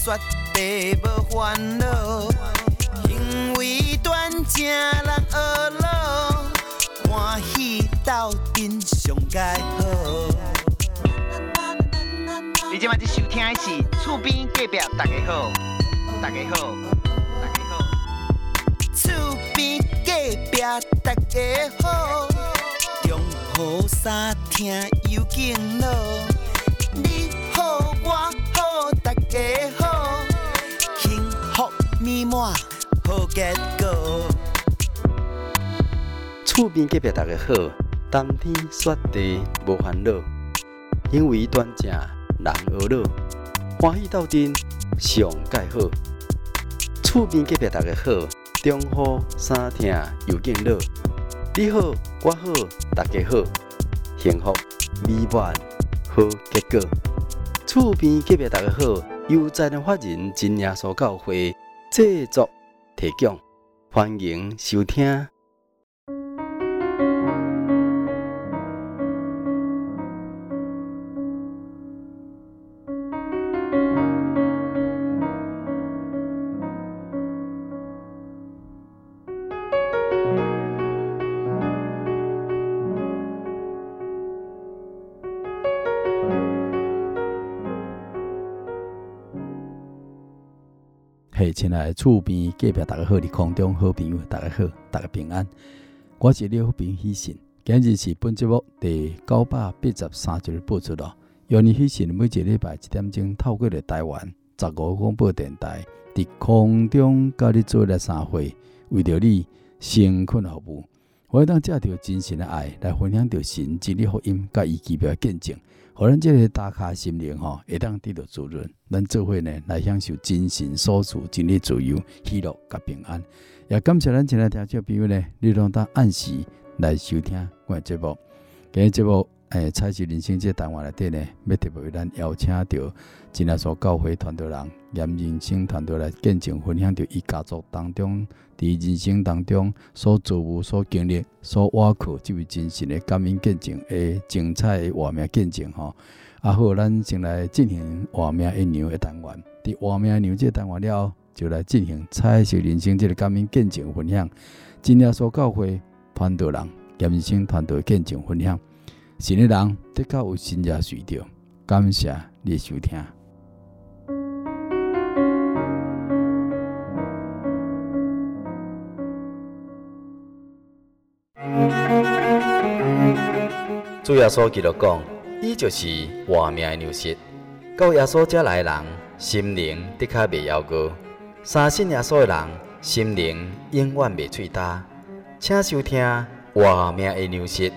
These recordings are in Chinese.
雪地无烦恼，行为端正人学老，欢喜斗阵上佳好。你即摆在收听的是厝边隔壁大家好，大家好，大家好，厝边隔壁大家好，中好三听有敬老，你好我好大家好，幸福美满好结果。 厝边隔壁大家好，冬天雪地无烦恼，行为端正人学老，欢喜斗阵上介好。厝边隔壁大家好，中好三听有敬老，你好我好大家好，幸福美满好结果。厝边隔壁大家好，由在人法人真耶稣教会制作提供，欢迎收听。亲爱的厝边隔壁大家好，伫空中好朋友大家好，大家平安。我是你好朋友喜信，今日是本节目第983集播出咯。由你喜信每一个礼拜1点钟透过了台湾15广播电台，伫空中甲你做了3会，为着你诚恳服务。我当借着真神的爱来分享着神真理福音，甲伊奇妙的见证。互咱这个打卡心灵会当得到滋润，咱做伙呢来享受真神所赐真理自由、喜乐甲平安。也感谢咱亲爱听众朋友呢，你拢当按时来收听我的节目。今日节目彩是人生这单元内底呢，要特别为咱邀请到真耶稣教会传道人严人生传道来见证分享到伊家族当中，伫人生当中所做有、所经历、所挖靠这位真神的感恩见证的精彩的活命见证吼。好，咱先来进行活命的牛的单元。伫活命的牛这单元了后，就来进行彩是人生这个感恩见证分享。真耶稣教会传道人严人生传道的见证分享。神的人的确有神也随着，感谢你的收听。主耶稣基督讲，伊就是活命的牛舌。到耶稣这来的人，心灵的确袂夭糕；相信耶稣的人，心灵永远袂脆焦。请收听活命的牛舌。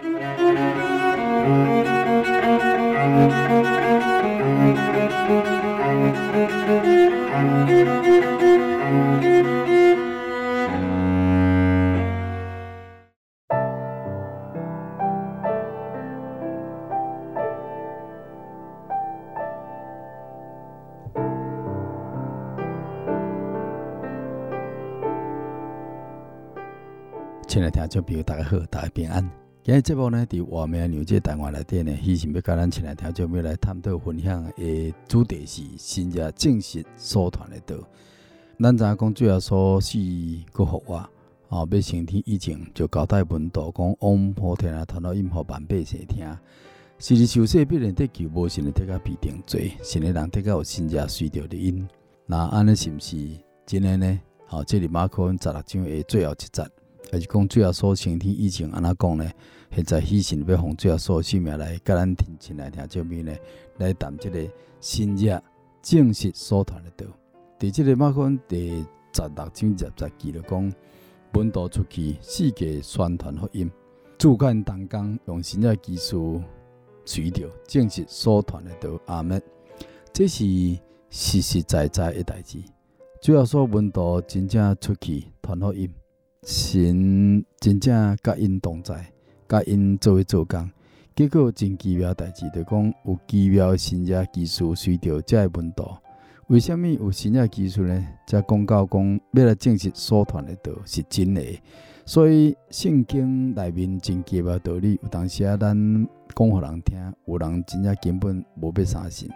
亲爱的听众朋友，大家好，大家平安。今日节目呢，伫活命牛这单元内底呢，希望要甲咱亲爱的听众朋友来探讨分享的主题是新约正式所传的道。咱知影讲，主耶稣死佮复活，要升天以前就交代文道讲，往普天传到音，互万百姓听。是日受洗必然得救，无神的得甲必定罪，神的人得甲有新约随着的因。那安尼是毋是真的呢？这是马可16章的最后一节。还是讲主耶稣升天以前安怎讲呢？现在喜信要奉主耶稣性命来甲咱亲爱听众朋友呢，来谈这个新约正式所传的道。伫这个马可第16章20节就讲，门徒出去世界宣传福音，主干同工用新约技术随着正式所传的道。阿们。这是实实在在的代志。主耶稣门徒真正出去传福音。神真正甲因同在，甲因做伙做工，结果真奇妙代志，就讲有奇妙的新约技术随着这个门徒。为什么有新约技术呢？才讲到讲要来证实所传的道是真的。所以圣经内面真奇妙道理，有当时咱讲互人听，有人真正根本无要相信。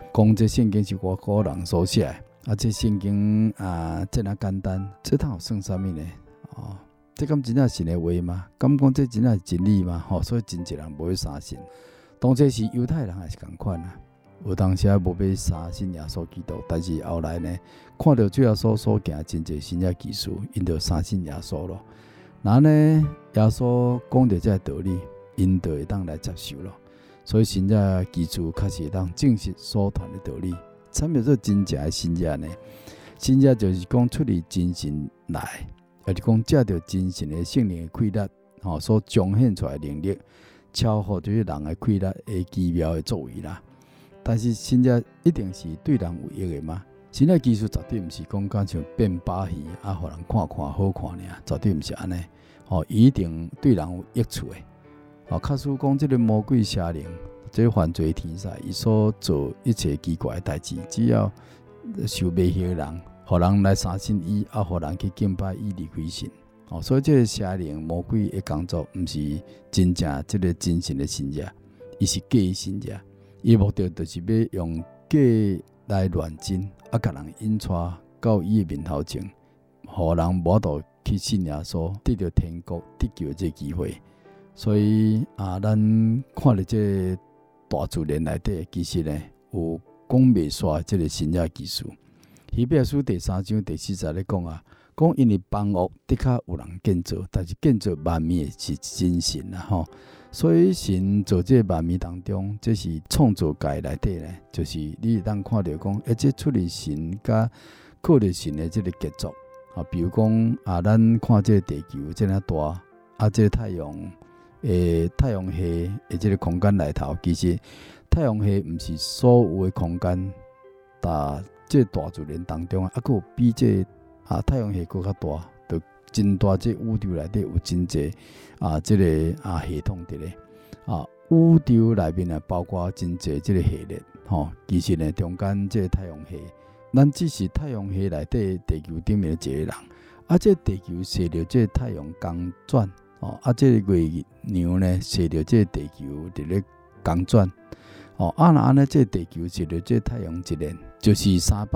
讲这圣经是我个人所写的，啊，这圣经啊，这哪简单，这通有算啥物呢？哦，这敢真正是神的话吗？敢讲这真正是真理吗？所以真侪人无去相信。当这是犹太人也是同款啊，有当时无要相信耶稣基督，但是后来呢，看到主耶稣所行真侪新约奇事，因就相信耶稣咯。然后呢，耶稣讲到这道理，因就会当来接受咯。所以新约奇事确实会当证实所传的道理。什么叫做真正的新约呢？新约就是讲出于真神来，也是讲借着真神的圣灵的气力，所彰显出来的能力，超乎对人的气力的奇妙的作为啦。但是新约一定是对人有益的吗？新约技术绝对不是讲像变把戏啊，互人看看好看尔，绝对不是安尼。一定对人有益处的。假使讲这个魔鬼邪灵，这个犯罪天使，伊所做一切奇怪的代志，只要受迷惑的人，互人来相信伊，啊，互人去敬拜伊离开神。所以这个邪灵魔鬼的工作，不是真正这个真神的信仰，伊是假信仰。伊目的就是要用假来乱真，啊，甲人引带到伊的面头前，互人无法度去信耶稣，得到天国得救的这个机会。所以咱看了这大自然内底，其实呢有讲袂煞这个新约技术。希伯来书第3章第4节咧讲啊，讲因为万物的确有人建造，但是建造万物的是真神啊吼。所以神做这万物当中，这是创造界内底呢，就是你会当看到讲，这出于神甲靠着神的这个杰作啊。比如讲咱看这个地球这么大这个太阳系的这个空间内头，其实太阳系不是所有的空间，这大自然当中还有比这太阳系更较大，就真大。这宇宙内底有真济这个系统伫咧宇宙内面包括真济这个系列其实呢，中间这个太阳系，咱只是太阳系内底地球顶面的一个人。这地球随着这太阳公转这个月亮呢，随着这地球伫咧公转那安尼这地球随着这太阳一年就是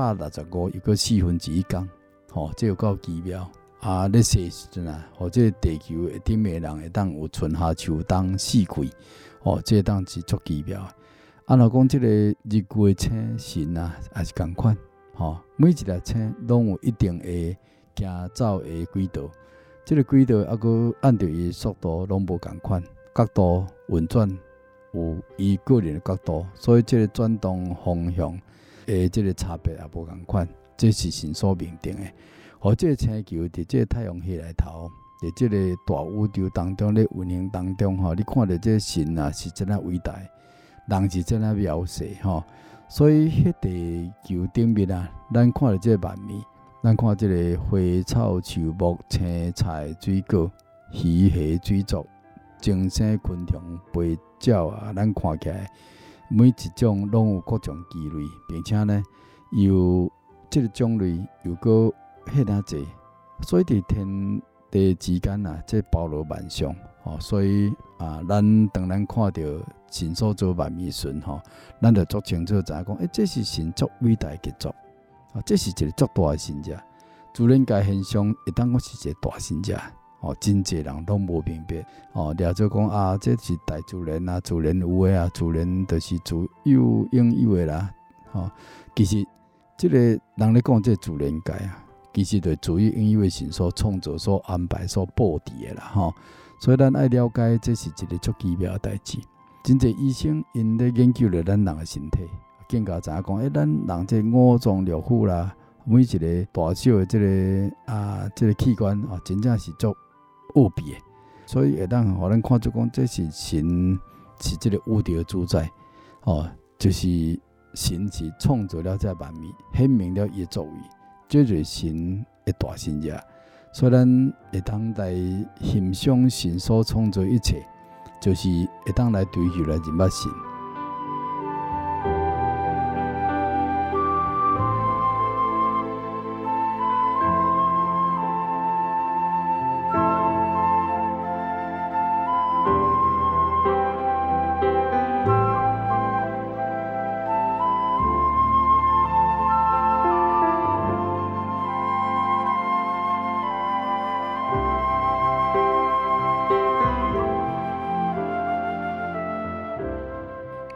365又个1/4天这有够奇妙咧说时阵这地球顶面的人会当有春夏秋冬4季这当是足奇妙若讲这个日月星辰也是同款每一粒星拢有一定的行走的轨道，这个轨道还按照伊的速度拢无同款，角度运转有伊个人的角度，所以这个转动方向的这个差别也无同款，这是神所命定的。这个星球伫这个太阳系内头，伫这个大宇宙当中咧运行当中你看到这个神是真啊伟大，人是真啊渺小所以迄地球顶面咱看到这个万物。咱看这个花草树木、青菜水果、鱼虾水族、精生昆虫、飞鸟咱看起来每一种拢有各种机类，并且呢，有这个种类又个迄么济，所以伫天地之间这包罗万象所以咱当咱看到神所造万物时咱就足清楚知影讲，这是神足伟大的杰作。这是一个足大的神迹，自然界现象会当讲是一个大神迹真济人拢无明白了解讲这是大自然自然有的自然就是自有应有的啦其实这个人咧讲这自然界其实就是自有应有的神所创造、所安排、所布置的啦所以咱爱了解这是一个足奇妙的代志。真济医生因咧研究了咱人的身体。更加知影讲，咱人这五脏六腑啦，每一个大小的这个器官真正是足奥秘的，所以会当互咱看出讲，这是神是这个宇宙的主宰就是神是创造了这万物，显明了伊的作为，这就是神的大神迹。所以咱会当来欣赏神所创造一切，就是会当来追求来认捌神。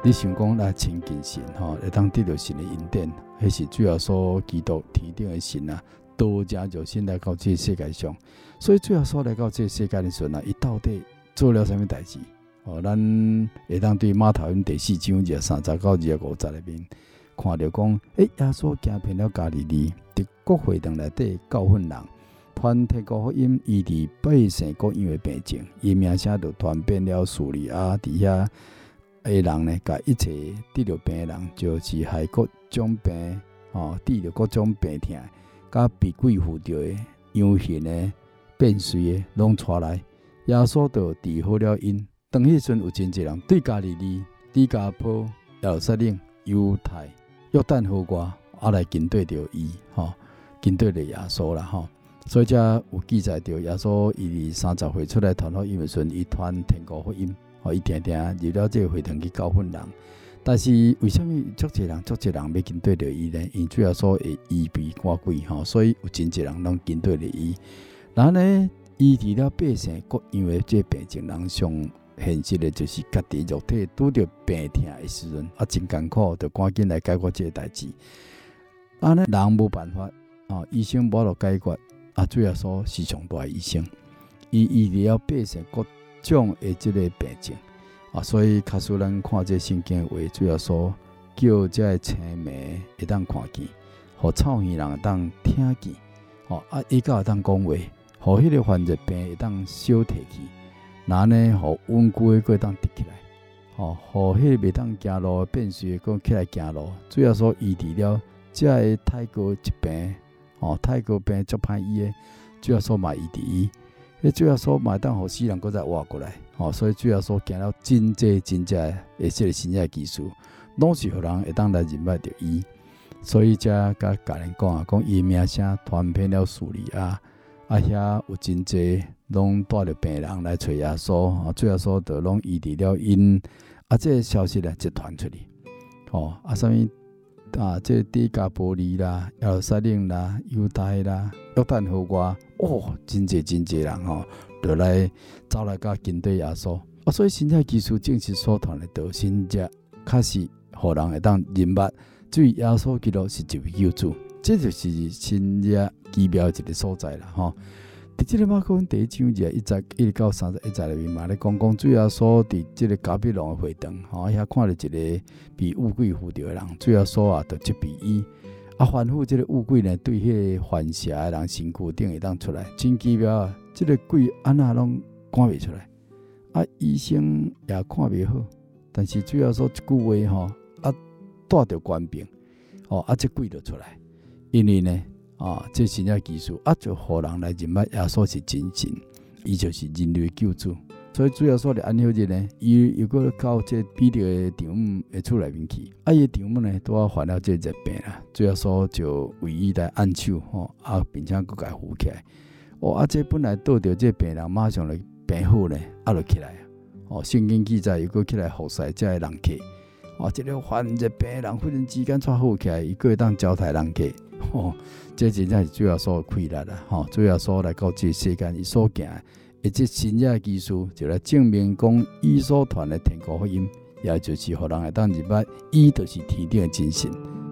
你想讲来亲近神会当得到神的恩典，迄是主耶稣基督天顶的神啊，道成肉身来到这个世界上。所以主耶稣来到这个世界的时候伊到底做了什么代志？咱会当对马太福音第4章30到50里面看到讲，耶稣行遍了加利利，伫各会堂内底教训人，传天国福音，医治百姓各样的病症，伊名声就传遍了叙利亚底下。的人呢，甲一切得着病的人，就是害各种病，治着各种病痛，甲被鬼附着的、阳性的、变衰的，拢带来。耶稣就治好了因。当迄阵有真侪人对加利利、底加波、耶路撒冷、犹太、约旦河外，来跟对着伊，跟对着耶稣啦，所以才有记载着耶稣伊30岁出来传福音的时阵，伊传天国福音。伊定定入了这个会堂去教训人，但是为什么足侪人要跟对着伊呢？因主要说会医治赶鬼，所以有真侪人拢跟对着伊。然后呢，医治了百姓各样的这病症，人上现实的就是家己肉体拄着病痛的时阵，真艰苦，就赶紧来解决这个代志。呢，人无办法，医生无落解决，主要说是上大的医生，伊医治了百姓各种的这个病症，所以假使咱看这圣经的话，主要说叫这青眉会当看见，互臭耳人会当听见，伊个会当讲话，互迄个患疾病会当小提去，然后呢，互稳固的会当直起来，互迄个袂当行路变衰个起来行路。主要说医治了这个太高疾病，太高病足歹医的，主要说嘛医治伊。迄主要说嘛，当互死人搁再活过来，所以主要说行了真济的这个新的技术，拢是互人会当来认识着伊。所以才甲人讲伊名声传遍了叙利亚，遐有真济拢带着病人来找耶稣，主要说就拢医治了因，这个消息呢就传出去，啥物这底加波利啦、耶路撒冷啦、犹太啦、约旦河外。真济人就来走来甲跟对耶稣，所以新约技术正是所传的道，新约确实互人会当认捌，至于耶稣基督是一位救主，这就是新约奇妙一个所在啦，伫这个马可福音第1章1到31里面嘛，咧讲主耶稣伫这个迦百农的会堂，遐看到一个被污鬼附着的人，主耶稣就责备伊。反复这个污鬼呢，对迄个犯邪的人身躯顶会当出来，真奇妙啊！这个鬼安那拢赶袂出来，医生也看袂好，但是主要说一句话带着官兵，这鬼就出来，因为呢，这新的技术就互人来认识耶稣是真神，伊就是人类救主。所以主要说的安息日呢，伊又搁到这彼得的丈母的厝内面去，伊的丈母呢拄患了这热病啦，主要说就为伊来按手，并且搁甲扶起来。这本来倒着这病人马上就病好呢，就起来。圣经记载又搁起来服侍这个人客，这个患热病人忽然之间煞好起来，伊搁会当招待人客。这真正是主要说开力啦，主要说来到这世间伊所行。这新约技术就来证明讲，伊所传的天国福音，也就是互人会当认捌，伊就是天顶的真神。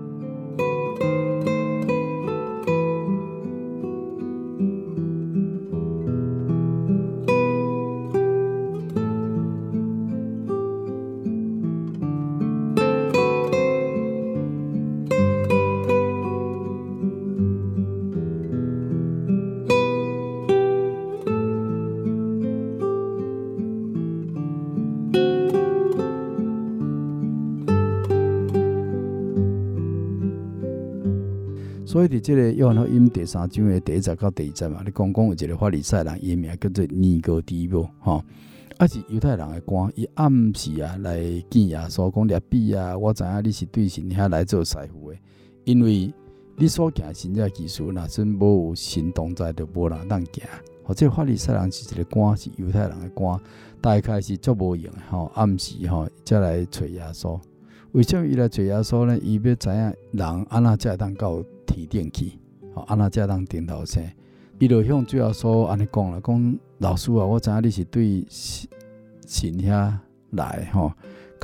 所以伫这个约翰福音第3章的第1节到第2节嘛，你讲有一个法利赛人，伊名叫做尼哥底母，是犹太人的官，伊暗时来见耶稣，讲列比我知影你是对神遐来做师傅的，因为你所行新约技术，若真无有神同在，就无人当行。这法利赛人是一个官，是犹太人的官，大概是足无用的，暗时才来找耶稣。为什么伊来找耶稣呢？伊要知影人安那才会当到天顶去，安那才会当顶头生。伊就向主耶稣安尼讲啦，讲老师我知影你是对神遐来，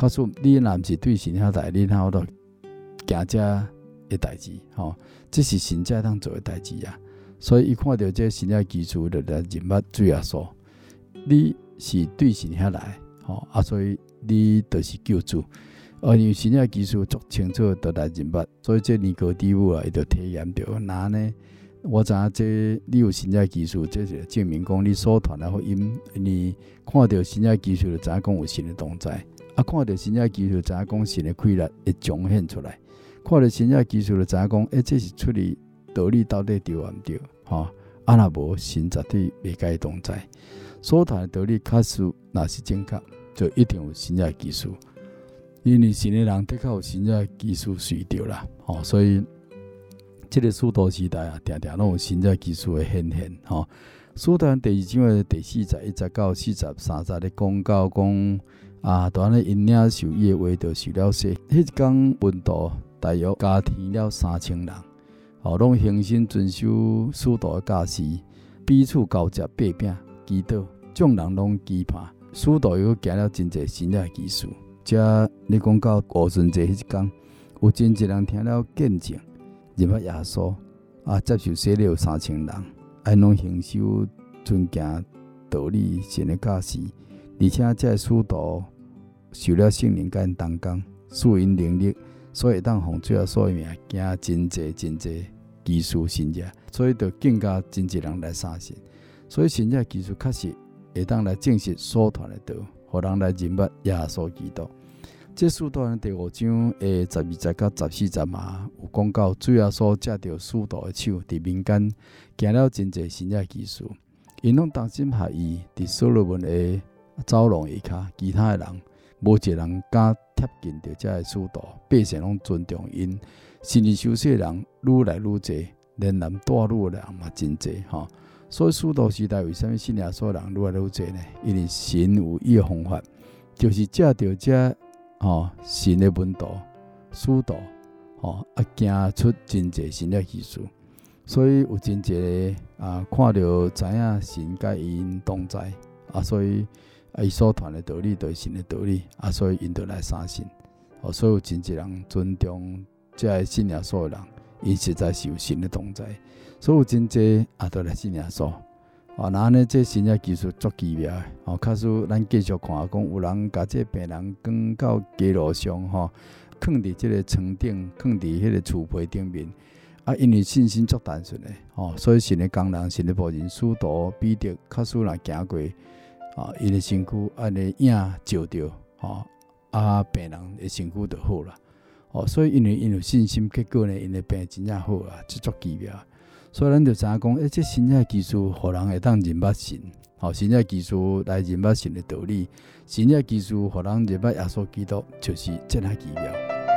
告诉你若毋是对神遐大，你哪有得行遮的代志？这是神遮当做的代志啊。所以伊看到这神遮技术，就来认捌主耶稣。你是对神遐来，所以你就是救主。因为神遮技术足清楚，就来认捌。所以这尼哥底母啊，伊就体验到，那呢？我知影这你有神遮技术，这是证明讲你所传的福音，你看到神遮技术就知影讲有神的同在。看到神遮技术就知影讲神的规律会彰显出来。看到神遮技术就知影讲，这是出于道理到底对毋对？若无神绝对袂甲伊同在。所传的道理确实若是正确，就一定有神遮技术。因为神的人的确有神遮技术随着啦，所以。这个使徒时代啊，常常拢有神遮技术的显现。使徒第2章的第40、19、40、30咧讲到讲当然因领受伊的话，就受了洗。迄一天门徒大约加添了3000人，拢恒心遵守使徒的教示，彼此交接擘饼、祈祷，众人拢期盼。使徒又行了真侪神遮技术。遮你讲到五旬节迄一天，有真侪人听了见证。认捌耶稣接受洗礼有3000人，拢行修尊敬道理神的教示，而且这使徒受了圣灵甲因同工，赐因能力，所以会当奉主耶稣的名行真侪技术神迹，所以就更加真侪人来相信。所以神迹技术确实会当来证实所传的道，互人来认捌耶稣基督。这使徒行第5章的12节到14节嘛，有讲到主耶稣借着使徒的手，伫民间行了真侪神迹技术，因拢同心合意，伫所罗门的走廊下骹，其他的人无一个人敢贴近着这个使徒，百姓拢尊重因，甚至受洗的人愈来愈侪，连男带女的人嘛真侪所以使徒时代为什么信耶稣的人愈来愈侪呢？因为神有伊的方法，就是借着这神的门徒、使徒，行出真侪神的技术，所以有真侪看到知影神甲因同在，所以伊所传的道理就是神的道理，所以因就来相信，所以有真侪人尊重这个信耶稣的人，因实在是有神的同在，所以有真侪就来信耶稣。那安尼这神的技术足奇妙的，假使咱继续看，讲有人甲这病人放到街路上，放伫这个床顶，放伫迄个厝皮顶面，因为信心足单纯的，所以神的工人、神的仆人、使徒彼得，假使若行过，因的身躯安尼影照着，病人的身躯就好了，所以因为因有信心，结果呢，因的病真正好啊，这足奇妙。所以咱就知影讲，这神的技术，互人会当认捌神，神的技术来认捌神的道理，神的技术，互人认捌耶稣基督，就是这样奇妙。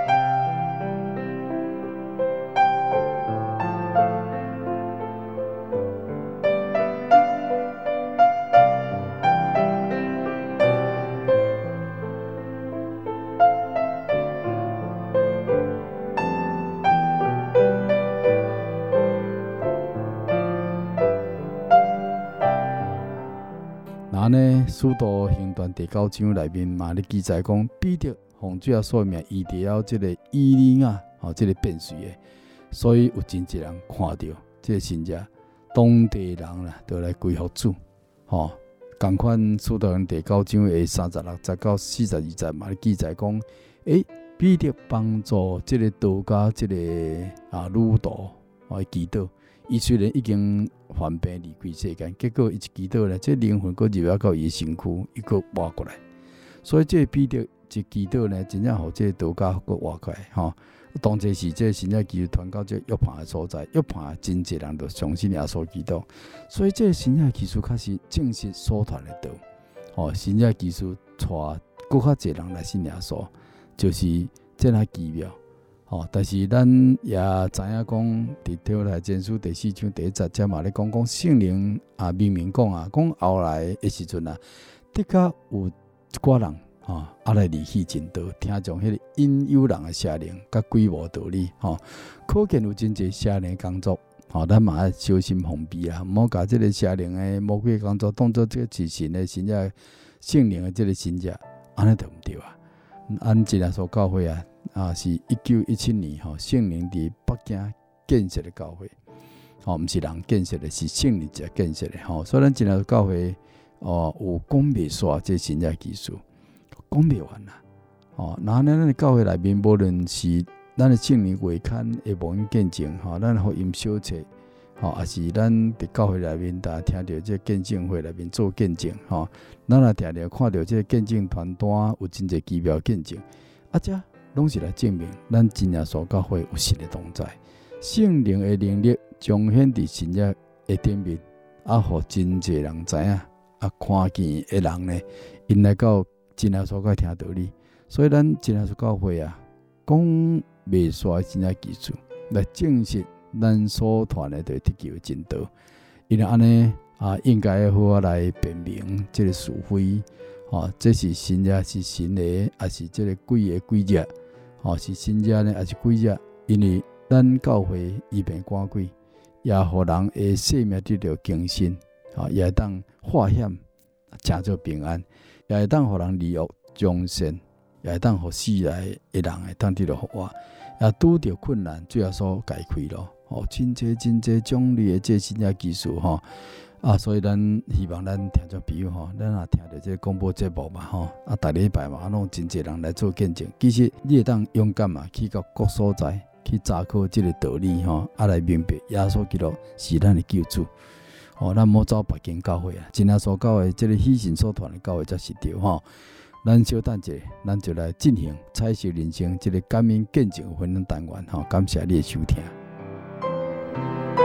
使徒行传第9章内面嘛，咧记载讲，彼得奉主耶稣的名医治了这个伊利亚，这个变水的，所以有真侪人看到这个神迹，当地人啦都来归服主，同款使徒行第9章的36节到42节嘛，咧记载讲，彼得帮助这个道家这个女徒祈祷。伊虽然已经患病离开世间，结果伊一祈祷呢，这灵魂佫入了到伊身躯，伊佫活过来。所以这彼得一祈祷呢，真正互这道家佫活过来。当这时这神迹技术传到这约翰的所在，约翰真侪人都相信耶稣基督。所以这神迹技术确实证实所传的道。神迹技术带佫较侪人来信耶稣，就是这样奇妙。但是咱也知影讲，伫《提摩太前书》第4章第1节，这嘛咧讲圣灵明明讲讲后来的时阵的确有一寡人来离弃真道，听从迄个引诱人的邪灵，甲鬼魔道理，可见有真侪邪灵工作，咱嘛要小心防备啦，毋好甲这个邪灵的魔鬼工作当作这个是神的神迹、圣灵的这个神迹，安尼就毋对啊。 咱真耶稣教会是1917年圣灵伫北京建设的教会，毋是人建设的，是圣灵者建设的。所以咱真耶稣教会有讲袂煞这新的技术，讲袂完啦。然后咱的教会内面，无论是咱的圣灵会刊的无音见证，咱福音小册，也是咱伫教会内面，大家听到这见证会内面做见证，咱也常常看到这见证传单有真侪奇妙见证，这拢是来证明咱真耶稣教会有神的同在，圣灵的能力彰显伫神耶的顶面，互真侪人知影，看见的人呢，因来到真耶稣教会听道理，所以咱真耶稣教会讲袂煞真耶技术来证实咱所传的对得救的真道，因为安尼应该好好来辨明这个是非，这是神耶是神的，还是这个鬼的鬼者，是神耶呢，还是鬼者？因为咱教会医病赶鬼，也互人的生命得到更新，也会当化险，成就平安，也会当互人利益终身，也会当互死来的人会当得到福活，也拄到困难，最后所解开咯。真侪种类的这新的技术所以咱希望咱听众朋友咱也听到这个广播节目嘛逐礼拜嘛，拢真侪人来做见证。其实你会当勇敢去到各所在去查考这个道理来明白耶稣基督是咱的救主。咱莫走别间教会真耶稣教会这个喜信所传的教会才是对咱稍等一下，咱就来进行彩色人生这个感恩见证分享单元感谢你的收听。